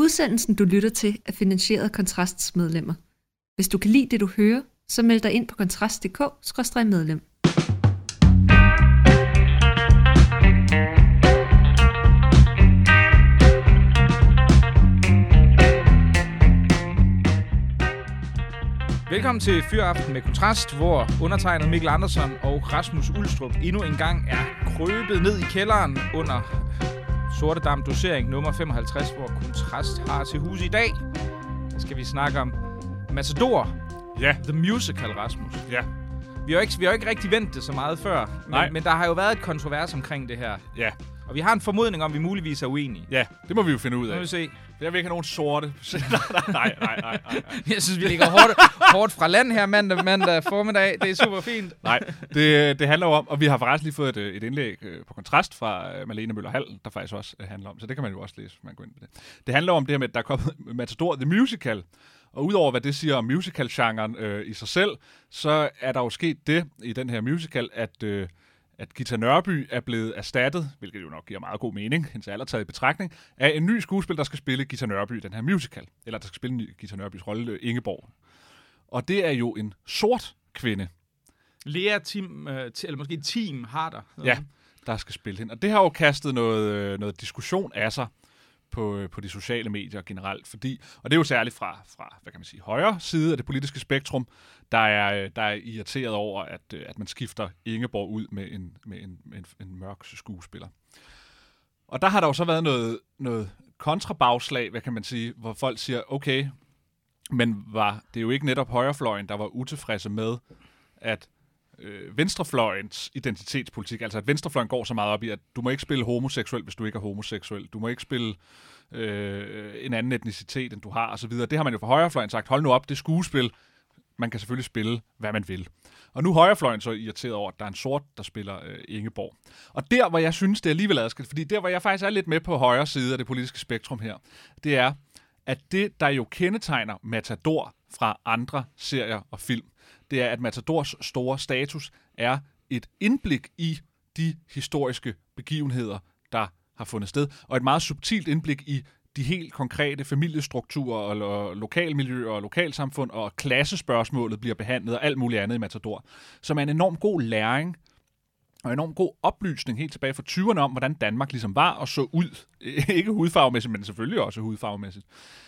Udsendelsen, du lytter til, er finansieret af Kontrasts medlemmer. Hvis du kan lide det, du hører, så meld dig ind på kontrast.dk/medlem. Velkommen til Fyraften med Kontrast, hvor undertegnet Mikkel Andersen og Rasmus Ulstrup endnu en gang er krøbet ned i kælderen under Sortedam dosering nummer 55, hvor Kontrast har til hus i dag. Der skal vi snakke om Matador, The Musical, Rasmus. Ja. Vi har jo ikke rigtig vendt det så meget før, men der har jo været et kontrovers omkring det her. Ja. Og vi har en formodning om, vi muligvis er uenige. Ja, det må vi jo finde ud af. Nu må vi se. Jeg vil ikke have nogen sorte. Nej. Jeg synes, vi ligger hårdt fra land her mandag formiddag. Det er super fint. Nej, det handler jo om, og vi har faktisk lige fået et indlæg på Kontrast fra Malene Møller Hall, der faktisk også handler om, så det kan man jo også læse, hvis man går ind på det. Det handler om det her med, at der er kommet Matador The Musical, og udover hvad det siger om musical-genren i sig selv, så er der jo sket det i den her musical, at Ghita Nørby er blevet erstattet, hvilket jo nok giver meget god mening, hendes alder taget i betragtning, af en ny skuespiller, der skal spille Ghita Nørby i den her musical. Eller der skal spille Ghita Nørbys rolle, Ingeborg. Og det er jo en sort kvinde. Lea eller måske Team Harder. Ja, der skal spille hende. Og det har jo kastet noget diskussion af sig på de sociale medier generelt, og det er jo særligt fra hvad kan man sige, højre side af det politiske spektrum, der er irriteret over, at man skifter Ingeborg ud med en mørk skuespiller. Og der har der jo så været noget kontrabagslag, hvad kan man sige, hvor folk siger, okay, men var det jo ikke netop højrefløjen, der var utilfredse med, at venstrefløjens identitetspolitik, altså at venstrefløjen går så meget op i, at du må ikke spille homoseksuel, hvis du ikke er homoseksuel. Du må ikke spille en anden etnicitet, end du har, osv. Det har man jo fra højrefløjen sagt, hold nu op, det er skuespil. Man kan selvfølgelig spille, hvad man vil. Og nu er højrefløjen så irriteret over, at der er en sort, der spiller Ingeborg. Og der, hvor jeg synes, det er alligevel adskilt, fordi der, hvor jeg faktisk er lidt med på højre side af det politiske spektrum her, det er, at det, der jo kendetegner Matador fra andre serier og film, det er, at Matadors store status er et indblik i de historiske begivenheder, der har fundet sted, og et meget subtilt indblik i de helt konkrete familiestrukturer og lokalmiljøer og lokalsamfund, og klassespørgsmålet bliver behandlet og alt muligt andet i Matador, som er en enormt god læring og enormt god oplysning helt tilbage fra 20'erne om, hvordan Danmark ligesom var og så ud. Ikke hudfarvemæssigt, men selvfølgelig også hudfarvemæssigt.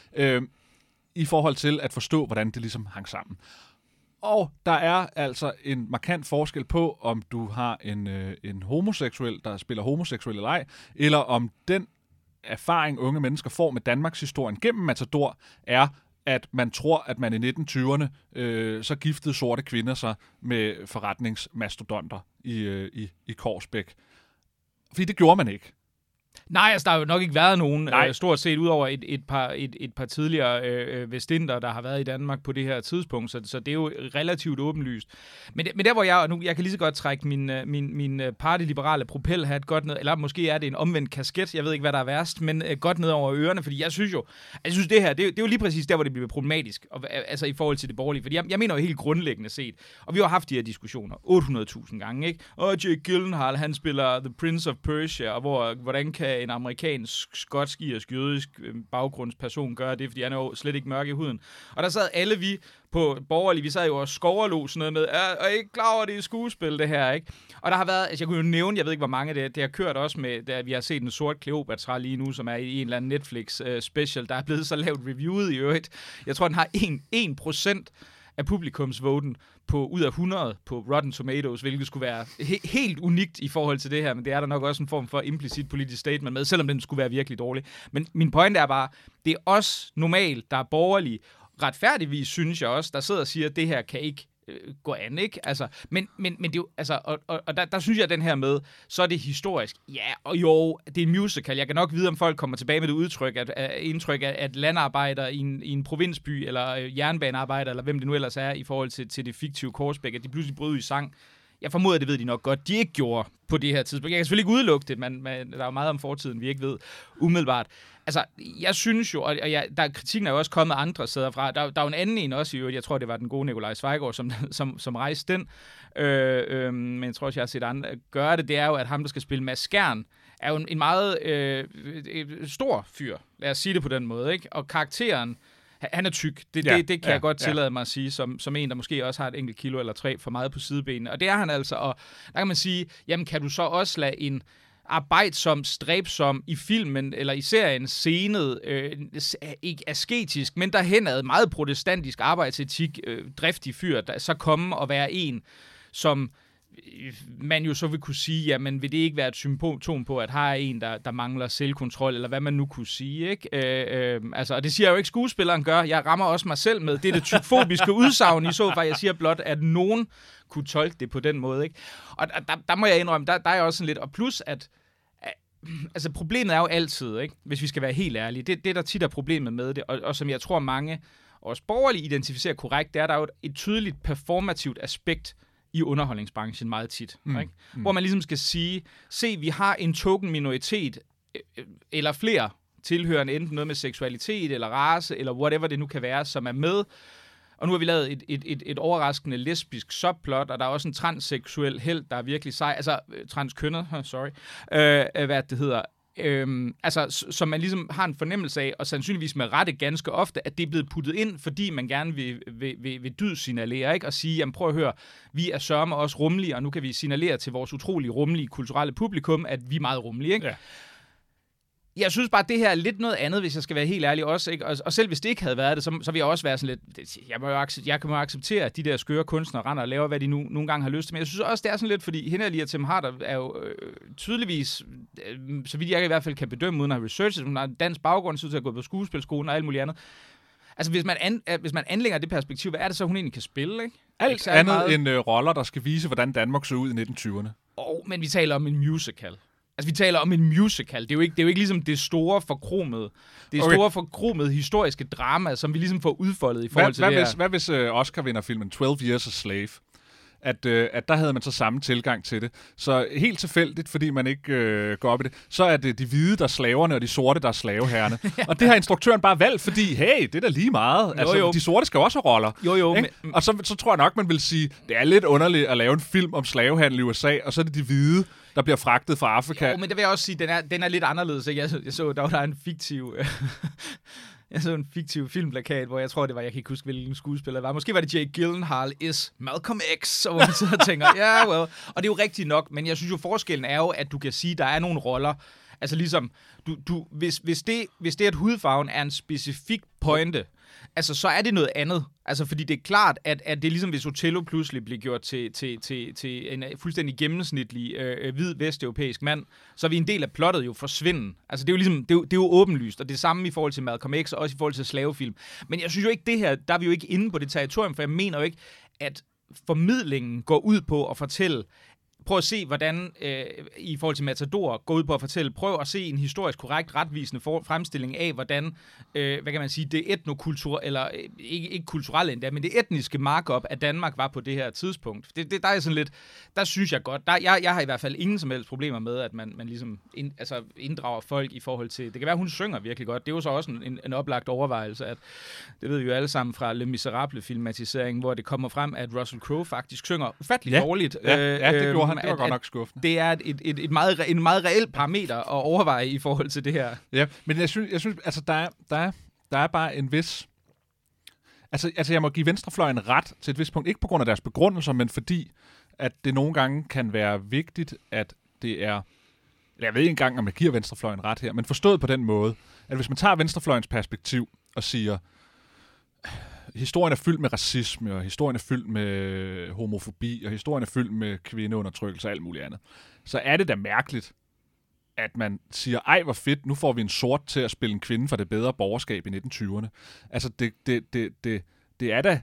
I forhold til at forstå, hvordan det ligesom hang sammen. Og der er altså en markant forskel på, om du har en homoseksuel, der spiller homoseksuel eller ej, eller om den erfaring, unge mennesker får med Danmarks historien gennem Matador, er, at man tror, at man i 1920'erne så giftede sorte kvinder sig med forretningsmastodonter i Korsbæk. Fordi det gjorde man ikke. Nej, altså der har jo nok ikke været nogen, stort set, udover et par tidligere vestinter, der har været i Danmark på det her tidspunkt, så det er jo relativt åbenlyst. Men der, hvor jeg kan lige så godt trække min partiliberale propelhat godt ned, eller måske er det en omvendt kasket, jeg ved ikke, hvad der er værst, men godt ned over ørerne, fordi jeg synes det her, det er jo lige præcis der, hvor det bliver problematisk, altså i forhold til det borgerlige, fordi jeg mener jo helt grundlæggende set, og vi har haft de her diskussioner 800.000 gange, ikke? Og Jake Gyllenhaal, han spiller The Prince of Persia, og hvordan kan en amerikansk, skotsk, jødisk baggrundsperson gøre det, fordi han er jo slet ikke mørk i huden. Og der sad alle vi på borgerlige, vi sad jo og skoverlog sådan noget med, er I ikke klar over, det er skuespil, det her, ikke? Og der har været, altså jeg kunne jo nævne, jeg ved ikke, hvor mange det har kørt også med, da vi har set en sort Kleopatra lige nu, som er i en eller anden Netflix special, der er blevet så lavt reviewet i øvrigt. Jeg tror, den har 1% af publikumsvoten ud af 100 på Rotten Tomatoes, hvilket skulle være helt unikt i forhold til det her, men det er der nok også en form for implicit politisk statement med, selvom den skulle være virkelig dårlig. Men min pointe er bare, det er os normalt, der er borgerlige, retfærdigvis synes jeg også, der sidder og siger, at det her kan ikke gå an, ikke? Altså, men det jo, altså, og der synes jeg, at den her med, så er det historisk. Ja, og jo, det er en musical. Jeg kan nok vide, om folk kommer tilbage med det indtryk, at landarbejder i en provinsby, eller jernbanearbejder, eller hvem det nu ellers er, i forhold til det fiktive Korsbæk, at de pludselig bryder i sang. Jeg formoder, det ved de nok godt, de ikke gjorde på det her tidspunkt. Jeg kan selvfølgelig ikke udelukke det, men der er jo meget om fortiden, vi ikke ved umiddelbart. Altså, jeg synes jo, og kritikken er jo også kommet andre steder fra. Der er jo en anden en også i øvrigt. Jeg tror, det var den gode Nikolaj Sveigård, som rejste den. Men jeg tror også, jeg har set andre gøre det. Det er jo, at ham, der skal spille Mads Skjern, er jo en meget stor fyr. Lad os sige det på den måde, ikke? Og karakteren, han er tyk. Det kan jeg godt tillade mig at sige, som en, der måske også har et enkelt kilo eller 3 for meget på sidebenene. Og det er han altså. Og der kan man sige, jamen kan du så også lade en arbejdsom, stræbsom i filmen eller i serien scenet, ikke asketisk, men derhenad meget protestantisk arbejdsetik, driftig fyr, der så komme og være en, som man jo så vil kunne sige, jamen vil det ikke være et symptom på, at her er en, der mangler selvkontrol, eller hvad man nu kunne sige, ikke? Altså, og det siger jeg jo ikke, skuespilleren gør. Jeg rammer også mig selv med det tykfobiske udsagn i så fald. Jeg siger blot, at nogen kunne tolke det på den måde, ikke? Og der må jeg indrømme, der er også sådan lidt, og plus at altså problemet er jo altid, ikke? Hvis vi skal være helt ærlige, det der tit er problemet med det, og som jeg tror mange, også borgerlige identificerer korrekt, det er, der er jo et tydeligt performativt aspekt i underholdningsbranchen meget tit. Ikke? Hvor man ligesom skal sige, se, vi har en token minoritet, eller flere tilhørende, enten noget med seksualitet, eller race, eller whatever det nu kan være, som er med. Og nu har vi lavet et overraskende lesbisk subplot, og der er også en transseksuel helt, der er virkelig sej, altså transkønnet, hvad det hedder, altså, som man ligesom har en fornemmelse af, og sandsynligvis med rette ganske ofte, at det er blevet puttet ind, fordi man gerne vil dydsignalere, ikke? Og sige, jamen prøv at høre, vi er sørme også rummelige, og nu kan vi signalere til vores utrolig rummelige kulturelle publikum, at vi er meget rummelige, ikke? Ja. Jeg synes bare, at det her er lidt noget andet, hvis jeg skal være helt ærlig også, ikke? Og selv hvis det ikke havde været det, så vil jeg også være sådan lidt, jeg kan jo acceptere, at de der skøre kunstnere render og laver, hvad de nu nogle gange har lyst til. Men jeg synes også, det er sådan lidt, fordi hende og Tim Harder er jo tydeligvis, så vidt jeg i hvert fald kan bedømme, uden at have researchet, hun har en dansk baggrund, så til at gå på skuespilskolen og alt muligt andet. Altså, hvis man anlægger det perspektiv, hvad er det så, hun egentlig kan spille, ikke? Alt andet end roller, der skal vise, hvordan Danmark så ud i 1920'erne. Men vi taler om en musical. Altså, vi taler om en musical. Det er jo ikke ligesom det store forkromede historiske drama, som vi ligesom får udfoldet i forhold til det her. Hvad hvis Oscar vinder filmen 12 Years a Slave? At der havde man så samme tilgang til det. Så helt tilfældigt, fordi man ikke går op i det, så er det de hvide, der er slaverne, og de sorte, der er slaveherrerne. Og det har instruktøren bare valgt, fordi, hey, det er da lige meget. Altså, de sorte skal også have roller. Men, og så tror jeg nok, man vil sige, det er lidt underligt at lave en film om slavehandel i USA, og så er det de hvide, der bliver fragtet fra Afrika. Jo, men det vil jeg også sige, den er lidt anderledes. Jeg så, der var en fiktiv... Jeg så en fiktiv filmplakat, hvor jeg tror, det var, jeg kan ikke huske, hvilken skuespiller det var. Måske var det Jake Gyllenhaal is Malcolm X, og hvor man sidder og tænker, ja, well. Og det er jo rigtigt nok, men jeg synes jo, forskellen er jo, at du kan sige, at der er nogle roller. Altså ligesom, hvis det at hudfarven er en specifik pointe, altså så er det noget andet. Altså fordi det er klart, at det er ligesom hvis Othello pludselig bliver gjort til en fuldstændig gennemsnitlig hvid vesteuropæisk mand, så er vi en del af plottet jo forsvinden. Altså det er jo ligesom, det er jo åbenlyst, og det er samme i forhold til Malcolm X, og også i forhold til slavefilm. Men jeg synes jo ikke det her, der er vi jo ikke inde på det territorium, for jeg mener jo ikke, at formidlingen går ud på at fortælle. Prøv at se, hvordan i forhold til Matador går ud på at fortælle. Prøv at se en historisk korrekt, retvisende fremstilling af, hvordan, hvad kan man sige, det etnokultur, eller ikke kulturelle endda, men det etniske markup af Danmark var på det her tidspunkt. Der er sådan lidt, der synes jeg godt, jeg har i hvert fald ingen som helst problemer med, at man ligesom inddrager folk i forhold til, det kan være, hun synger virkelig godt. Det er jo så også en oplagt overvejelse, at det ved vi jo alle sammen fra Le Miserable-filmatiseringen, hvor det kommer frem, at Russell Crowe faktisk synger ufattelig dårligt. Ja, det gjorde han. Det var godt nok skuffende. Det er en meget reel parameter at overveje i forhold til det her. Ja, men jeg synes altså, der er bare en vis... Altså, jeg må give venstrefløjen ret til et vist punkt. Ikke på grund af deres begrundelser, men fordi, at det nogle gange kan være vigtigt, at det er... Jeg ved ikke engang, om jeg giver venstrefløjen ret her, men forstået på den måde, at hvis man tager venstrefløjens perspektiv og siger... Historien er fyldt med racisme, og historien er fyldt med homofobi, og historien er fyldt med kvindeundertrykkelse og alt muligt andet. Så er det da mærkeligt, at man siger, ej hvor fedt, nu får vi en sort til at spille en kvinde for det bedre borgerskab i 1920'erne. Altså det er da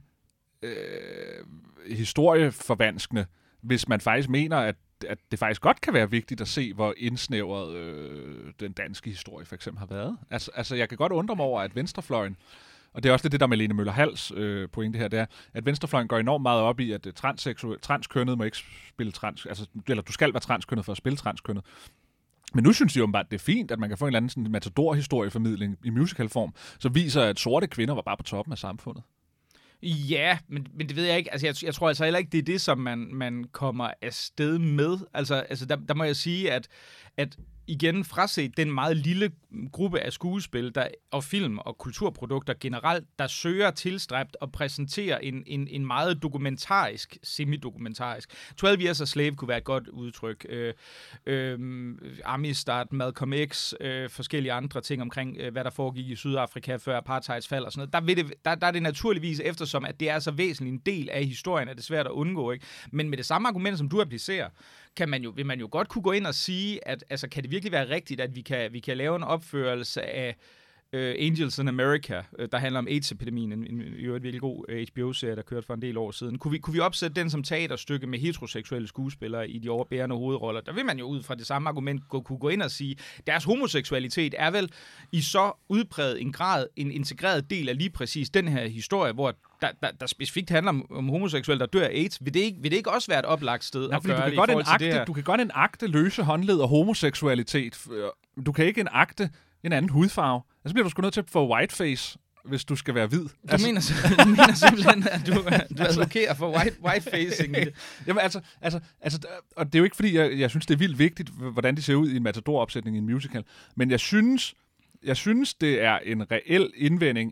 historieforvanskende, hvis man faktisk mener, at det faktisk godt kan være vigtigt at se, hvor indsnævret den danske historie for eksempel har været. Altså jeg kan godt undre mig over, at venstrefløjen, og det er også det der med Lene Møller-Hals pointe her, det er, at venstrefløjen går enormt meget op i, at transkønnet må ikke spille eller du skal være transkønnet for at spille transkønnet. Men nu synes de jo, at det er fint, at man kan få en eller anden sådan matador-historieformidling i musicalform, så viser, at sorte kvinder var bare på toppen af samfundet. Ja, men det ved jeg ikke. Altså, jeg tror altså heller ikke, det er det, som man kommer afsted med. Altså der må jeg sige, at igen fraset den meget lille gruppe af skuespil og film og kulturprodukter generelt, der søger tilstræbt og præsenterer en meget dokumentarisk, semi-dokumentarisk. 12 Years a Slave kunne være et godt udtryk. Amistad, Malcolm X, forskellige andre ting omkring, hvad der foregik i Sydafrika før apartheids fald og sådan noget. Der er det naturligvis, eftersom at det er så væsentlig en del af historien, at det er svært at undgå, ikke? Men med det samme argument, som du applicerer, vil man jo godt kunne gå ind og sige, at altså, kan det virkelig være rigtigt, at vi kan lave en opførelse af Angels in America, der handler om AIDS-epidemien, en virkelig god HBO-serie, der kørte for en del år siden. Kunne vi opsætte den som teaterstykke med heteroseksuelle skuespillere i de overbærende hovedroller? Der vil man jo ud fra det samme argument kunne gå ind og sige, deres homoseksualitet er vel i så udpræget en grad en integreret del af lige præcis den her historie, hvor der specifikt handler om homoseksuelle, der dør af AIDS. Vil det ikke også være et oplagt sted at gøre det i forhold til det her? Du kan godt enagte løse håndled og homoseksualitet. Du kan ikke enagte en anden hudfarve. Altså bliver du sgu nødt til at få whiteface, hvis du skal være hvid. Du mener simpelthen, at du advokerer for whitefacing. Jamen og det er jo ikke fordi, jeg synes, det er vildt vigtigt, hvordan de ser ud i en Matador-opsætning i en musical, men jeg synes, det er en reel indvending,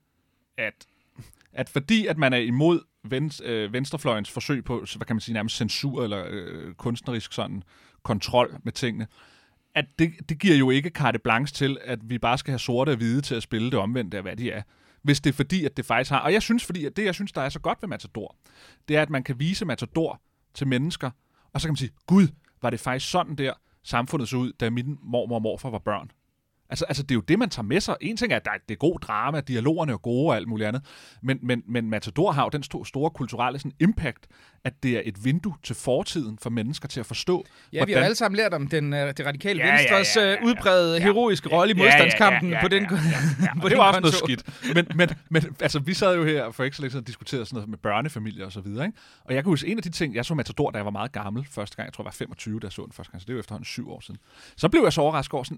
at fordi at man er imod venstrefløjens forsøg på, hvad kan man sige, nærmest censur eller kunstnerisk sådan kontrol med tingene, at det giver jo ikke carte blanche til, at vi bare skal have sorte og hvide til at spille det omvendte af, hvad de er. Hvis det er fordi, at det faktisk har... Og jeg synes, der er så godt ved Matador, det er, at man kan vise Matador til mennesker, og så kan man sige, gud, var det faktisk sådan der, samfundet så ud, da min mormor og morfar var børn. Altså, det er jo det, man tager med sig. En ting er, at det er god drama, dialogerne er gode og alt muligt andet, men Matador har jo den store kulturelle sådan, impact, at det er et vindue til fortiden for mennesker til at forstå. Ja, vi har alle sammen lært om det radikale venstres udprægede heroiske rolle i modstandskampen på den på det var også noget skidt. Men altså, vi sad jo her for ikke så længe siden og diskuterede sådan noget med børnefamilier og så videre, ikke? Og jeg kan huske, en af de ting, jeg så Matador, da jeg var meget gammel første gang, jeg tror, jeg var 25, da jeg så den første gang, så det var efterhånden 7 år siden. Så blev jeg så overrasket over sådan,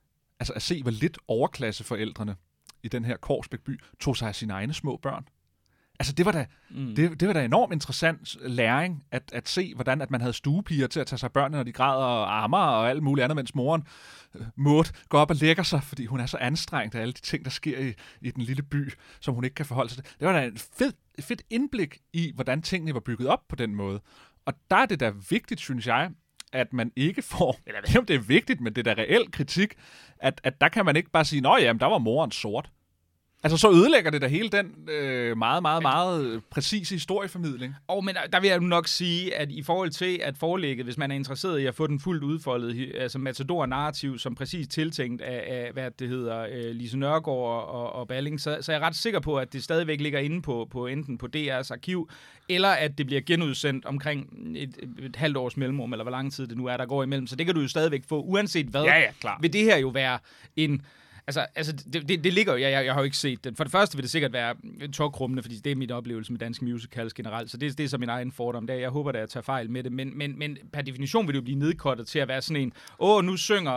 at se, hvor lidt overklasseforældrene i den her Korsbæk-by tog sig af sine egne små børn. Altså, det var da enormt interessant læring, at se, hvordan at man havde stuepiger til at tage sig af børnene, når de græder og ammer og alt muligt andet, mens moren Maud går op og lægger sig, fordi hun er så anstrengt af alle de ting, der sker i den lille by, som hun ikke kan forholde sig til. Det var da et fedt indblik i, hvordan tingene var bygget op på den måde. Og der er det da vigtigt, synes jeg, at man ikke får, eller jeg ved ikke, om det er vigtigt, men det er da reel kritik, at der kan man ikke bare sige, nå jamen, der var moren sort. Altså, så ødelægger det da hele den meget, meget, meget præcise historieformidling. Men der vil jeg nok sige, at i forhold til at forelægget, hvis man er interesseret i at få den fuldt udfoldet, altså Matador-narrativ, som præcis tiltænkt af hvad det hedder, Lise Nørgaard og Balling, så er jeg ret sikker på, at det stadigvæk ligger inde på enten på DR's arkiv, eller at det bliver genudsendt omkring et halvt års mellemrum, eller hvor lang tid det nu er, der går imellem. Så det kan du jo stadigvæk få, uanset hvad. Ja, klar. Vil det her jo være en... Altså det ligger jo, jeg har jo ikke set den. For det første vil det sikkert være tåkrummende, fordi det er min oplevelse med danske musicals generelt, så det er så min egen fordom der. Jeg håber da, at jeg tager fejl med det, men per definition vil det jo blive nedkortet til at være sådan en, nu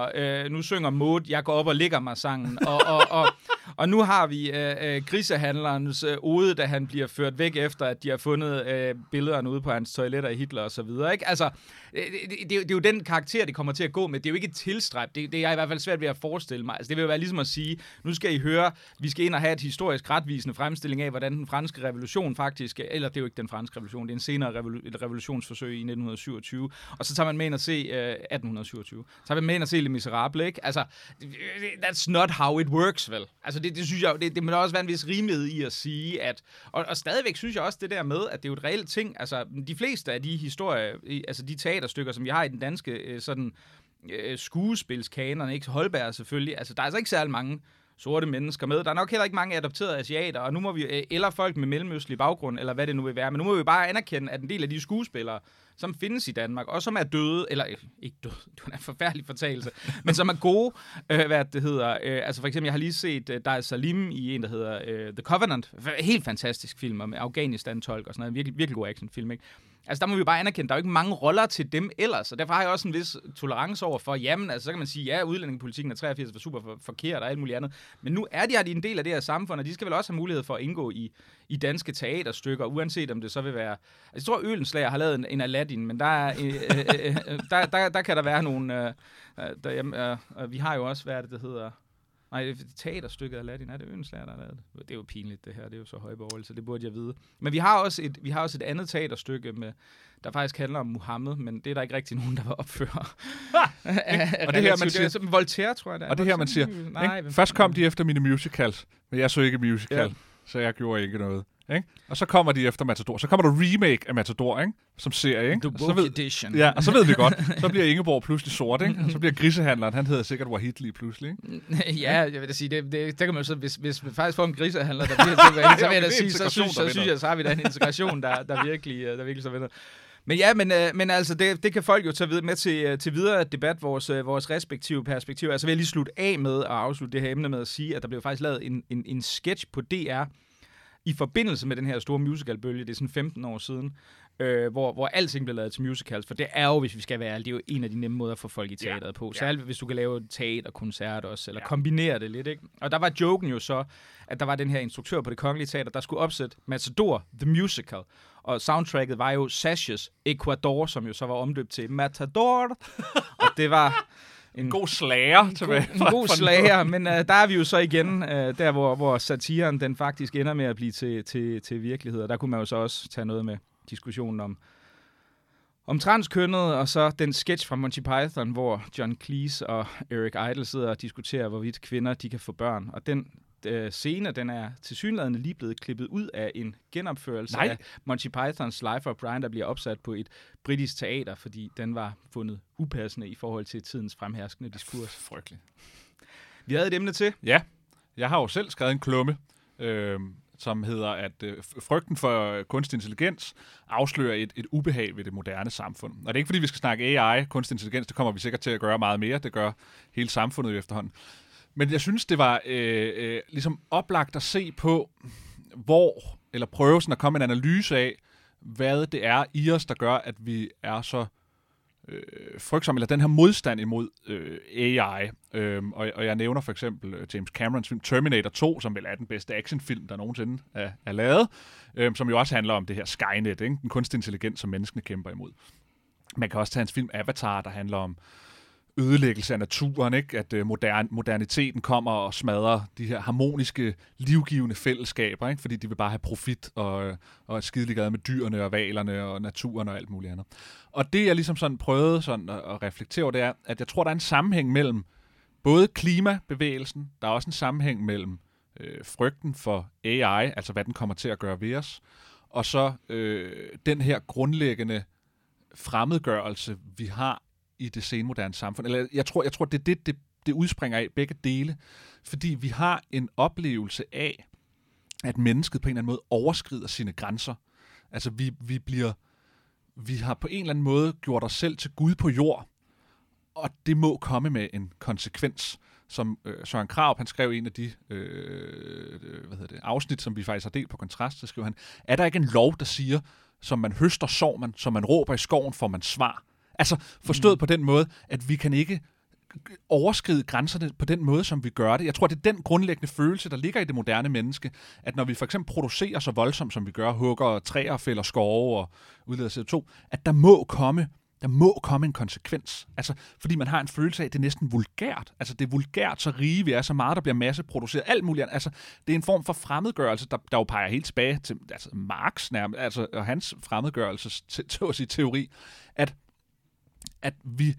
synger Maud, jeg går op og ligger mig sangen, og nu har vi grisehandlerens ode, da han bliver ført væk efter, at de har fundet billederne ude på hans toiletter i Hitler og så videre, ikke? Altså, det er jo den karakter, det kommer til at gå med. Det er jo ikke et tilstræb. Det er jeg i hvert fald svært ved at forestille mig. Altså, det vil jo være ligesom at sige, nu skal I høre, vi skal ind og have et historisk retvisende fremstilling af, hvordan den franske revolution faktisk, eller det er jo ikke den franske revolution, det er en senere et revolutionsforsøg i 1927, og så tager man med ind og se 1827. Så tager man med ind og se Les Misérables, ikke? Altså, that's not how it works, vel? Altså, det synes jeg, det må også være en vis rimelighed i at sige, at, og stadigvæk synes jeg også det der med, at det er jo et reelt ting, altså, de fleste af de historier, altså de teaterstykker, som vi har i den danske sådan skuespilskanon, ikke? Holberg selvfølgelig, altså der er altså ikke særlig mange sorte mennesker med. Der er nok heller ikke mange adopterede asiater, og nu må vi, eller folk med mellemøstlig baggrund, eller hvad det nu vil være, men nu må vi bare anerkende, at en del af de skuespillere, som findes i Danmark, og som er døde, eller ikke døde, det var en forfærdelig fortalelse, men som er gode, hvad det hedder. Altså for eksempel, jeg har lige set Dar es Salaam i en, der hedder The Covenant. Helt fantastisk film med Afghanistan-tolk og sådan noget. Virkelig, virkelig god actionfilm, ikke? Altså, der må vi bare anerkende, der er jo ikke mange roller til dem ellers, og derfor har jeg også en vis tolerance over for, jamen, altså, så kan man sige, ja, udlændingepolitikken er 83 var super forkert og alt muligt andet, men nu er de en del af det her samfund, og de skal vel også have mulighed for at indgå i danske teaterstykker, uanset om det så vil være... Altså, jeg tror, Ølenslager har lavet en Aladdin, men der kan der være nogle... vi har jo også, hvad er det hedder... Nej, teaterstykket af Aladdin, er det Ølenslager, der har lavet det? Det er jo pinligt, det her. Det er jo så højborgerligt, så det burde jeg vide. Men vi har også et andet teaterstykke, der faktisk handler om Muhammed, men det er der ikke rigtig nogen, der vil opføre. Og det her, man siger... Voltaire, tror jeg, det er. Og det her, man siger... Nej, først kom de efter mine musicals, men jeg så ikke musical, så jeg gjorde ikke noget. Ikke? Og så kommer de efter Matador. Så kommer der remake af Matador, ikke? Som serie, ikke? The Edition. Ja, og så ved vi godt. Så bliver Ingeborg pludselig sort, ikke? Og så bliver grisehandleren, han hedder sikkert Wahid lige pludselig, ikke? Ja, jeg vil da sige, det kan man jo så, hvis vi faktisk får en grisehandler, der bliver så vil jeg da sige, så synes jeg, så har vi da en integration, der virkelig så vinder. Men ja, men altså, det kan folk jo tage med til videre debat, vores respektive perspektiver. Altså vil jeg lige slutte af med at afslutte det her emne med at sige, at der blev faktisk lavet en sketch på DR, i forbindelse med den her store musicalbølge, det er sådan 15 år siden, hvor alting blev lavet til musicals, for det er jo, hvis vi skal være, det er jo en af de nemme måder at få folk i teateret på. Særligt hvis du kan lave teaterkoncert også, eller kombinere det lidt, ikke? Og der var joken jo så, at der var den her instruktør på Det Kongelige Teater, der skulle opsætte Matador, The Musical, og soundtracket var jo Sashes Ecuador, som jo så var omdøbt til Matador, og det var... En god slager tilbage. En god slager, men der er vi jo så igen, der hvor satiren den faktisk ender med at blive til virkelighed. Og der kunne man jo så også tage noget med diskussionen om transkønnet, og så den sketch fra Monty Python, hvor John Cleese og Eric Idle sidder og diskuterer, hvorvidt kvinder de kan få børn. Og den scene, den er tilsyneladende lige blevet klippet ud af en genopførelse af Monty Pythons Life of Brian, der bliver opsat på et britisk teater, fordi den var fundet upassende i forhold til tidens fremherskende diskurs. Frygteligt. Vi havde et emne til. Ja, jeg har jo selv skrevet en klumme, som hedder, at frygten for kunstig intelligens afslører et ubehag ved det moderne samfund. Og det er ikke, fordi vi skal snakke AI, kunstig intelligens, det kommer vi sikkert til at gøre meget mere, det gør hele samfundet efterhånden. Men jeg synes, det var ligesom oplagt at se på, eller prøve sådan at komme en analyse af, hvad det er i os, der gør, at vi er så frygtsomme, eller den her modstand imod AI. Og jeg nævner for eksempel James Camerons film Terminator 2, som vel er den bedste actionfilm, der nogensinde er lavet, som jo også handler om det her Skynet, ikke? Den kunstig intelligens, som menneskene kæmper imod. Man kan også tage hans film Avatar, der handler om ødelæggelse af naturen, ikke? At moderniteten kommer og smadrer de her harmoniske, livgivende fællesskaber, ikke? Fordi de vil bare have profit og er skideliggade med dyrene og hvalerne og naturen og alt muligt andet. Og det, jeg ligesom sådan prøvede sådan at reflektere over, det er, at jeg tror, der er en sammenhæng mellem både klimabevægelsen, der er også en sammenhæng mellem frygten for AI, altså hvad den kommer til at gøre ved os, og så den her grundlæggende fremmedgørelse, vi har i det senmoderne samfund. Eller jeg tror det udspringer af begge dele, fordi vi har en oplevelse af, at mennesket på en eller anden måde overskrider sine grænser. Altså vi har på en eller anden måde gjort os selv til Gud på jord, og det må komme med en konsekvens. Som Søren Krarup, han skrev en af de afsnit, som vi faktisk har delt på Kontrast, så skrev han, er der ikke en lov, der siger, som man høster, sår man, som man råber i skoven, får man svar. Altså forstået på den måde, at vi kan ikke overskride grænserne på den måde, som vi gør det. Jeg tror, det er den grundlæggende følelse, der ligger i det moderne menneske, at når vi for eksempel producerer så voldsomt, som vi gør, hugger træer, fælder skove og udleder CO2, at der må komme en konsekvens. Altså, fordi man har en følelse af, at det er næsten vulgært. Altså, det er vulgært, så rige vi er, så meget, der bliver masseproduceret, alt muligt. Altså, det er en form for fremmedgørelse, der jo peger helt tilbage til Marx nærmest, altså, og hans fremmedgørelses-teori, at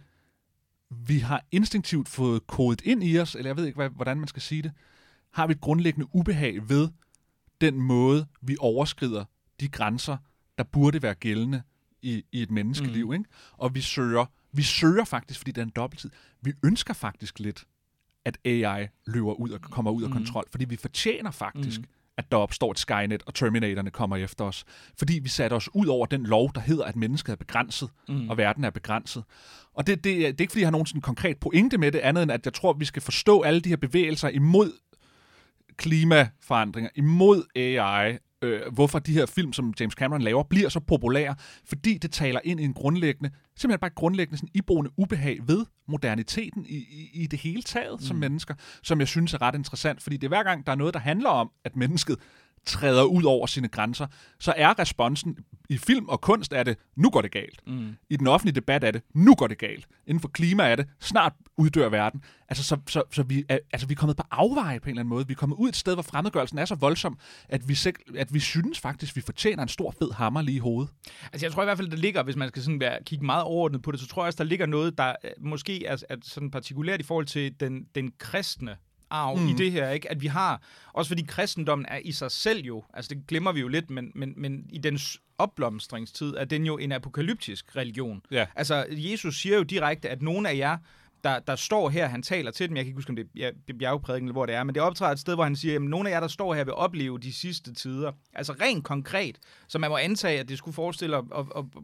vi har instinktivt fået kodet ind i os, eller jeg ved ikke, hvordan man skal sige det, har vi et grundlæggende ubehag ved den måde, vi overskrider de grænser, der burde være gældende i et menneskeliv, ikke? Og vi søger faktisk, fordi det er en dobbelttid, vi ønsker faktisk lidt, at AI løber ud og kommer ud af kontrol, fordi vi fortjener faktisk at der opstår et Skynet, og Terminatorne kommer efter os. Fordi vi satte os ud over den lov, der hedder, at mennesket er begrænset, og verden er begrænset. Og det er ikke, fordi jeg har nogen sådan konkret pointe med det, andet end at jeg tror, at vi skal forstå alle de her bevægelser imod klimaforandringer, imod AI, hvorfor de her film, som James Cameron laver, bliver så populære, fordi det taler ind i en grundlæggende, simpelthen bare grundlæggende sådan iboende ubehag ved moderniteten i det hele taget som mennesker, som jeg synes er ret interessant, fordi det er hver gang, der er noget, der handler om, at mennesket træder ud over sine grænser, så er responsen i film og kunst er det, nu går det galt. I den offentlige debat er det, nu går det galt. Inden for klima er det, snart uddør verden. Altså, så vi er kommet på afveje på en eller anden måde. Vi er kommet ud et sted, hvor fremmedgørelsen er så voldsom, at vi synes faktisk, vi fortjener en stor fed hammer lige i hovedet. Altså, jeg tror i hvert fald, der ligger, hvis man skal sådan kigge meget overordnet på det, så tror jeg også, der ligger noget, der måske er sådan partikulært i forhold til den kristne arv i det her, ikke? At vi har, også fordi kristendommen er i sig selv jo, altså det glemmer vi jo lidt, men i dens opblomstringstid er den jo en apokalyptisk religion. Ja. Altså Jesus siger jo direkte, at nogle af jer, der står her, han taler til dem, jeg kan ikke huske, om det er bjergprædiken, eller hvor det er, men det optræder et sted, hvor han siger, at nogle af jer, der står her, vil opleve de sidste tider. Altså rent konkret, så man må antage, at det skulle forestille at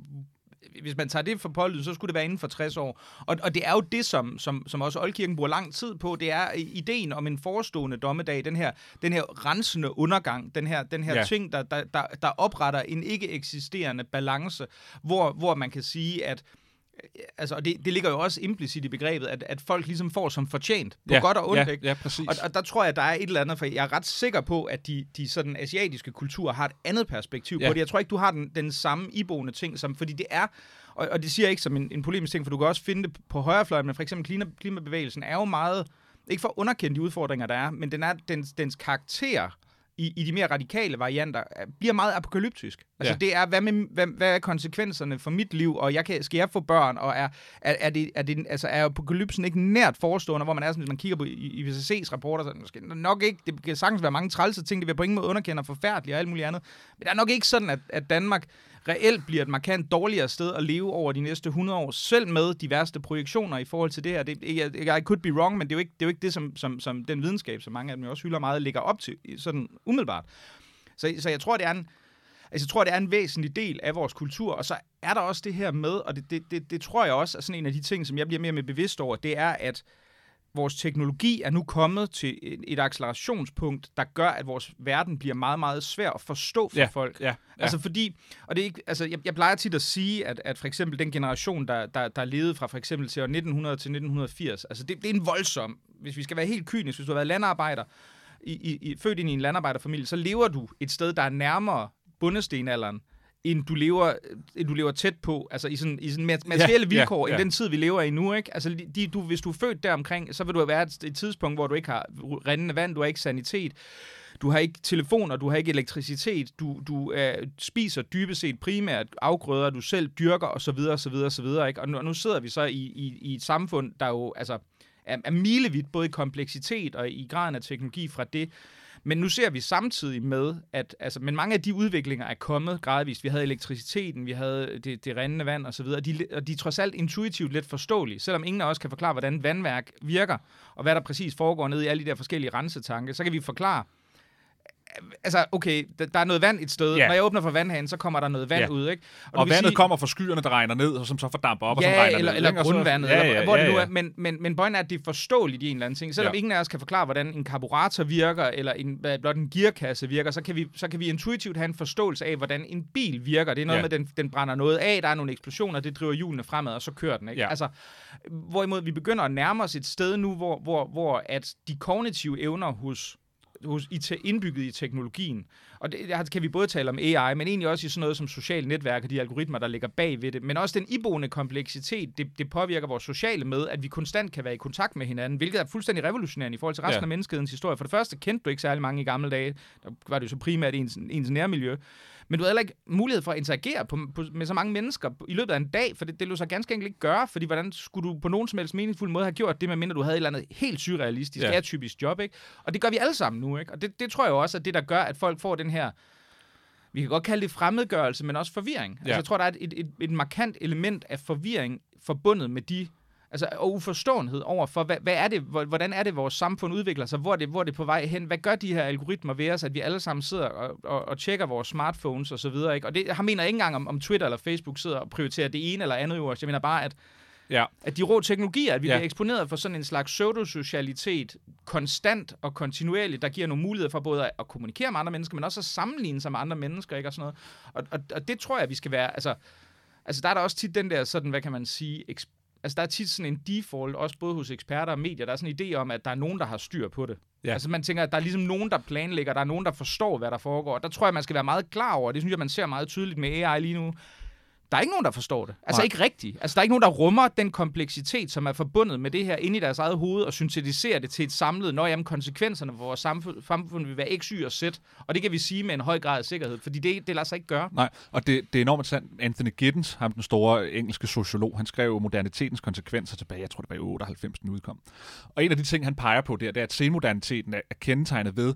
hvis man tager det for pålydende, så skulle det være inden for 60 år. Og det er jo det, som også Oldkirken bruger lang tid på, det er ideen om en forestående dommedag, den her rensende undergang, den her ting, der opretter en ikke eksisterende balance, hvor man kan sige, at altså, og det ligger jo også implicit i begrebet, at folk ligesom får som fortjent, på godt og ondt, ikke? Ja, præcis. Og der tror jeg, der er et eller andet, for jeg er ret sikker på, at de sådan asiatiske kulturer har et andet perspektiv på det. Jeg tror ikke, du har den samme iboende ting, fordi det er, og det siger jeg ikke som en polemisk ting, for du kan også finde det på højrefløjen, men for eksempel klimabevægelsen er jo meget, ikke for at underkende de udfordringer, der er, men dens karakter i de mere radikale varianter, bliver meget apokalyptisk. Altså det er, hvad er konsekvenserne for mit liv, og skal jeg få børn, og er apokalypsen ikke nært forestående, hvor man er sådan, hvis man kigger på IPCC's rapporter, så måske nok ikke, det kan sagtens være mange trælse ting, det vil på ingen måde underkende og forfærdeligt og alt muligt andet, men det er nok ikke sådan, at Danmark reelt bliver et markant dårligere sted at leve over de næste 100 år, selv med de værste projektioner i forhold til det her. I could be wrong, men det er jo ikke det, som den videnskab, som mange af dem også hylder meget, ligger op til, sådan umiddelbart. Så jeg tror, det er en væsentlig del af vores kultur, og så er der også det her med, og det tror jeg også er sådan en af de ting, som jeg bliver mere bevidst over, det er, at vores teknologi er nu kommet til et accelerationspunkt, der gør, at vores verden bliver meget, meget svær at forstå for folk. Ja. Altså fordi, og det er ikke, altså jeg plejer tit at sige, at for eksempel den generation, der levede fra for eksempel til år 1900 til 1980, altså det er en voldsom, hvis vi skal være helt kynisk, hvis du har været landarbejder, født ind i en landarbejderfamilie, så lever du et sted, der er nærmere bundestenalderen, end du lever tæt på, altså i sådan materielle vilkår, end den tid, vi lever i nu, ikke? Altså, hvis du er født deromkring, så vil du have været et tidspunkt, hvor du ikke har rindende vand, du har ikke sanitet, du har ikke telefoner, du har ikke elektricitet, du spiser dybest set primært afgrøder, du selv dyrker, og så videre, ikke? Og nu sidder vi så i et samfund, der jo altså er milevidt, både i kompleksitet og i graden af teknologi fra det. Men nu ser vi samtidig med, men mange af de udviklinger er kommet gradvist. Vi havde elektriciteten, vi havde det rindende vand og så videre, og de er trods alt intuitivt lidt forståelige. Selvom ingen af os kan forklare, hvordan vandværk virker, og hvad der præcis foregår nede i alle de der forskellige rensetanke, så kan vi forklare, altså, okay, der er noget vand et sted. Når jeg åbner for vandhanen, så kommer der noget vand ud, ikke? Og vandet kommer fra skyerne, der regner ned, og som så fordamper op, og som regner ned. Eller grundvandet, eller hvor det nu er. Men pointen er, at det er forståeligt i en eller anden ting. Selvom ingen af os kan forklare, hvordan en karburator virker, eller blot en gearkasse virker, så kan vi intuitivt have en forståelse af, hvordan en bil virker. Det er noget med, den brænder noget af, der er nogle eksplosioner, det driver hjulene fremad, og så kører den, ikke? Altså, hvorimod vi begynder at nærme os et sted nu, hvor at de kognitive evner indbygget i teknologien. Og det kan vi både tale om AI, men egentlig også i sådan noget som sociale netværk og de algoritmer, der ligger bag ved det. Men også den iboende kompleksitet, det påvirker vores sociale med, at vi konstant kan være i kontakt med hinanden, hvilket er fuldstændig revolutionerende i forhold til resten af menneskehedens historie. For det første kendte du ikke særlig mange i gamle dage. Der var det jo så primært ens nærmiljø. Men du havde heller ikke mulighed for at interagere med så mange mennesker i løbet af en dag, for det lå sig ganske enkelt ikke gøre, fordi hvordan skulle du på nogen som helst meningsfuld måde have gjort det, medmindre du havde et eller andet helt surrealistisk, atypisk job, ikke? Og det gør vi alle sammen nu, ikke? Og det tror jeg jo også er det, der gør, at folk får den her, vi kan godt kalde det fremmedgørelse, men også forvirring. Altså, jeg tror, der er et markant element af forvirring forbundet med de Altså, og uforståenhed over for, hvad er det, hvordan er det, vores samfund udvikler sig, hvor er det på vej hen, hvad gør de her algoritmer ved os, at vi alle sammen sidder og tjekker vores smartphones og så videre, ikke? Og det jeg mener ikke engang om Twitter eller Facebook sidder og prioriterer det ene eller andet øverst. Jeg mener bare, at de rå teknologier, at vi bliver eksponeret for sådan en slags pseudosocialitet, konstant og kontinuerligt, der giver nogle muligheder for både at kommunikere med andre mennesker, men også at sammenligne sig med andre mennesker, ikke? Og sådan noget. Og det tror jeg, vi skal være, altså der er der også tit den der sådan, hvad kan man sige, altså, der er tit sådan en default, også både hos eksperter og medier, der er sådan en idé om, at der er nogen, der har styr på det. Ja. Altså, man tænker, at der er ligesom nogen, der planlægger, der er nogen, der forstår, hvad der foregår. Og der tror jeg, man skal være meget klar over, det synes jeg, man ser meget tydeligt med AI lige nu. Der er ikke nogen, der forstår det. Altså ikke rigtigt. Altså der er ikke nogen, der rummer den kompleksitet, som er forbundet med det her inde i deres eget hoved, og syntetiserer det til et samlet, når konsekvenserne for vores samfund vil være x, y og z. Og det kan vi sige med en høj grad af sikkerhed, fordi det lader sig ikke gøre. Nej, og det er enormt sandt. Anthony Giddens, ham den store engelske sociolog, han skrev Modernitetens konsekvenser tilbage, jeg tror det var i 98, den udkom. Og en af de ting, han peger på, det er, at senmoderniteten er kendetegnet ved,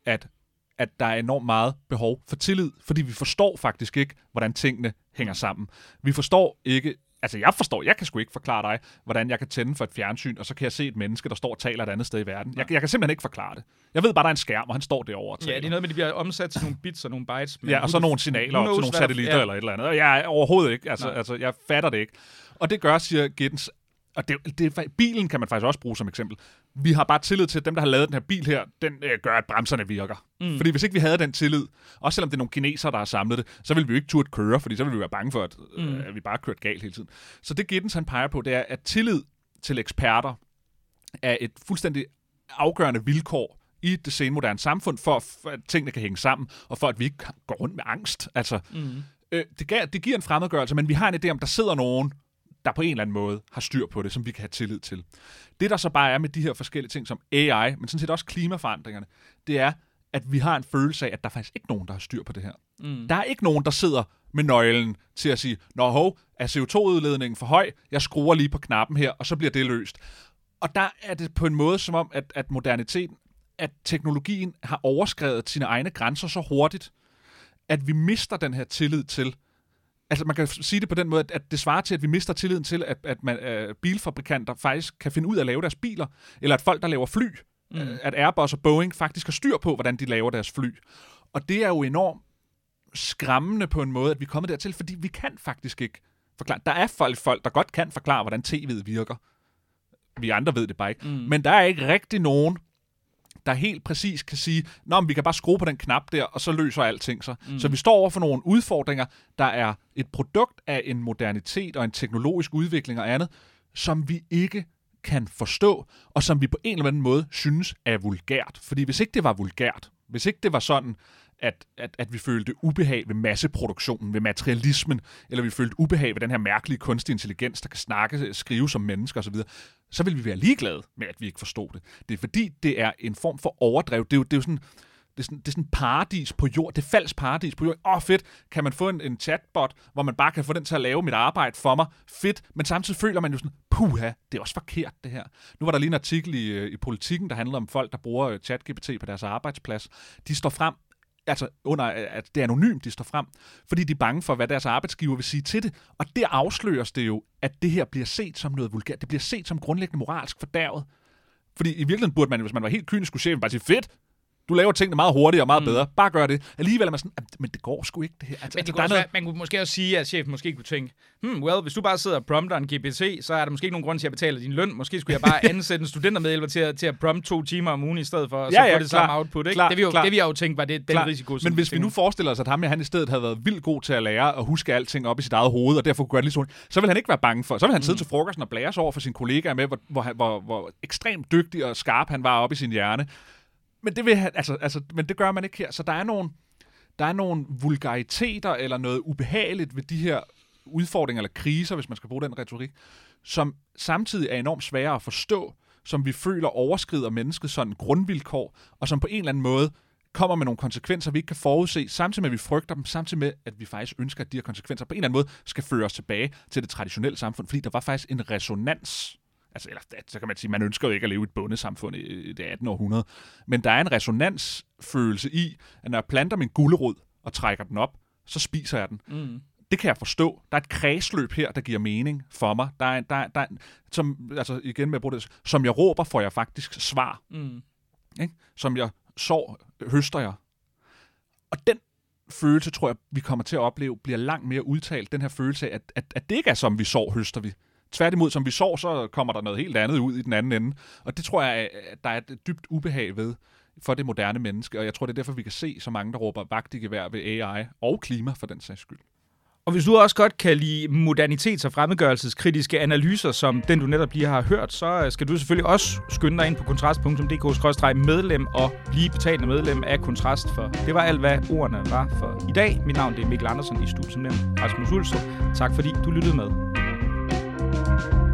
at der er enormt meget behov for tillid, fordi vi forstår faktisk ikke, hvordan tingene hænger sammen. Vi forstår ikke, altså jeg kan sgu ikke forklare dig, hvordan jeg kan tænde for et fjernsyn, og så kan jeg se et menneske, der står og taler et andet sted i verden. Jeg kan simpelthen ikke forklare det. Jeg ved bare, der er en skærm, og han står derovre og taler. Ja, det er noget med, de bliver omsat til nogle bits og nogle bytes. Ja, og så nogle signaler op til nogle satellitter eller et eller andet. Og jeg er overhovedet ikke, altså jeg fatter det ikke. Og det gør, siger Giddens, og bilen kan man faktisk også bruge som eksempel. Vi har bare tillid til, at dem, der har lavet den her bil her, den gør, at bremserne virker. Fordi hvis ikke vi havde den tillid, også selvom det er nogle kinesere, der har samlet det, så ville vi jo ikke turde køre, fordi så ville vi være bange for, at vi bare kørte galt hele tiden. Så det Giddens han peger på, det er, at tillid til eksperter er et fuldstændig afgørende vilkår i det senmoderne samfund, for at tingene kan hænge sammen, og for at vi ikke går rundt med angst. Altså, det giver en fremmedgørelse, men vi har en idé om, der sidder nogen, der på en eller anden måde har styr på det, som vi kan have tillid til. Det, der så bare er med de her forskellige ting, som AI, men sådan set også klimaforandringerne, det er, at vi har en følelse af, at der faktisk ikke nogen, der har styr på det her. Der er ikke nogen, der sidder med nøglen til at sige, er CO2-udledningen for høj? Jeg skruer lige på knappen her, og så bliver det løst. Og der er det på en måde som om, at moderniteten, at teknologien har overskredet sine egne grænser så hurtigt, at vi mister den her tillid til. Altså man kan sige det på den måde, at det svarer til, at vi mister tilliden til, at bilfabrikanter faktisk kan finde ud af at lave deres biler, eller at folk, der laver fly, at Airbus og Boeing faktisk har styr på, hvordan de laver deres fly. Og det er jo enormt skræmmende på en måde, at vi er kommet dertil, fordi vi kan faktisk ikke forklare. Der er folk, der godt kan forklare, hvordan tv'et virker. Vi andre ved det bare ikke. Men der er ikke rigtig nogen, der helt præcis kan sige, men vi kan bare skrue på den knap der, og så løser alting sig. Så vi står over for nogle udfordringer, der er et produkt af en modernitet og en teknologisk udvikling og andet, som vi ikke kan forstå, og som vi på en eller anden måde synes er vulgært. Fordi hvis ikke det var vulgært, hvis ikke det var sådan, at vi følte ubehag ved masseproduktionen, ved materialismen, eller vi følte ubehag ved den her mærkelige kunstig intelligens, der kan skrive som mennesker osv., så vil vi være ligeglade med, at vi ikke forstod det. Det er fordi, det er en form for overdrev. Det er sådan paradis på jord. Det er falsk paradis på jord. Fedt. Kan man få en chatbot, hvor man bare kan få den til at lave mit arbejde for mig? Fedt. Men samtidig føler man jo sådan, puha, det er også forkert, det her. Nu var der lige en artikel i Politikken, der handlede om folk, der bruger ChatGPT på deres arbejdsplads. De står frem, altså under, at det er anonymt, de står frem, fordi de er bange for, hvad deres arbejdsgiver vil sige til det. Og der afsløres det jo, at det her bliver set som noget vulgært. Det bliver set som grundlæggende moralsk fordærvet. Fordi i virkeligheden burde man, hvis man var helt kynisk, skulle chefen bare sige, fedt, du laver tingene meget hurtigere og meget bedre. Bare gør det. Alligevel er man sådan, men det går sgu ikke, det her. Altså, man kunne måske også sige, at chefen måske kunne tænke, hvis du bare sidder og prompter en GPT, så er der måske ikke nogen grund til at betale din løn. Måske skulle jeg bare ansætte en studentermedhjælper til at prompte 2 timer om ugen i stedet for, og så få det samme output. Ikke? Det vi har jo tænkt var den risiko. Men hvis vi nu forestiller os, at han i stedet havde været vildt god til at lære og huske alting op i sit eget hoved, og derfor kunne gøre det lige sådan, så vil han ikke være bange for. Så vil han sidde til frokosten og blære sig over for sine kollegaer med, hvor ekstremt dygtig og skarp han var op i sin hjerne. Men det vil han, men det gør man ikke her. Så der er nogle vulgariteter eller noget ubehageligt ved de her udfordringer eller kriser, hvis man skal bruge den retorik, som samtidig er enormt svære at forstå, som vi føler overskrider menneskets sådan grundvilkår, og som på en eller anden måde kommer med nogle konsekvenser, vi ikke kan forudse, samtidig med, at vi frygter dem, samtidig med, at vi faktisk ønsker, at de her konsekvenser på en eller anden måde skal føre os tilbage til det traditionelle samfund, fordi der var faktisk en resonans. Altså, så kan man sige, man ønsker jo ikke at leve i et bondesamfund i det 18. århundrede, men der er en resonansfølelse i, at når jeg planter min gulerod og trækker den op, så spiser jeg den. Det kan jeg forstå. Der er et kredsløb her, der giver mening for mig. Der er som, altså igen med at bruge det, som jeg råber, får jeg faktisk svar. Ikke? Som jeg sår, høster jeg. Og den følelse, tror jeg, vi kommer til at opleve, bliver langt mere udtalt. Den her følelse af, at det ikke er, som vi sår, høster vi. Tværtimod, som vi sår, så kommer der noget helt andet ud i den anden ende. Og det tror jeg, at der er et dybt ubehag ved for det moderne menneske. Og jeg tror, det er derfor, vi kan se så mange, der råber vagt i gevær ved AI og klima for den sags skyld. Og hvis du også godt kan lide modernitets- og fremmedgørelseskritiske analyser, som den du netop lige har hørt, så skal du selvfølgelig også skynde dig ind på kontrast.dk/medlem og blive betalende medlem af Kontrast. For det var alt, hvad ordene var for i dag. Mit navn er Mikkel Andersen, i studiet som nævnt Rasmus Ulstrup. Tak fordi du lyttede med.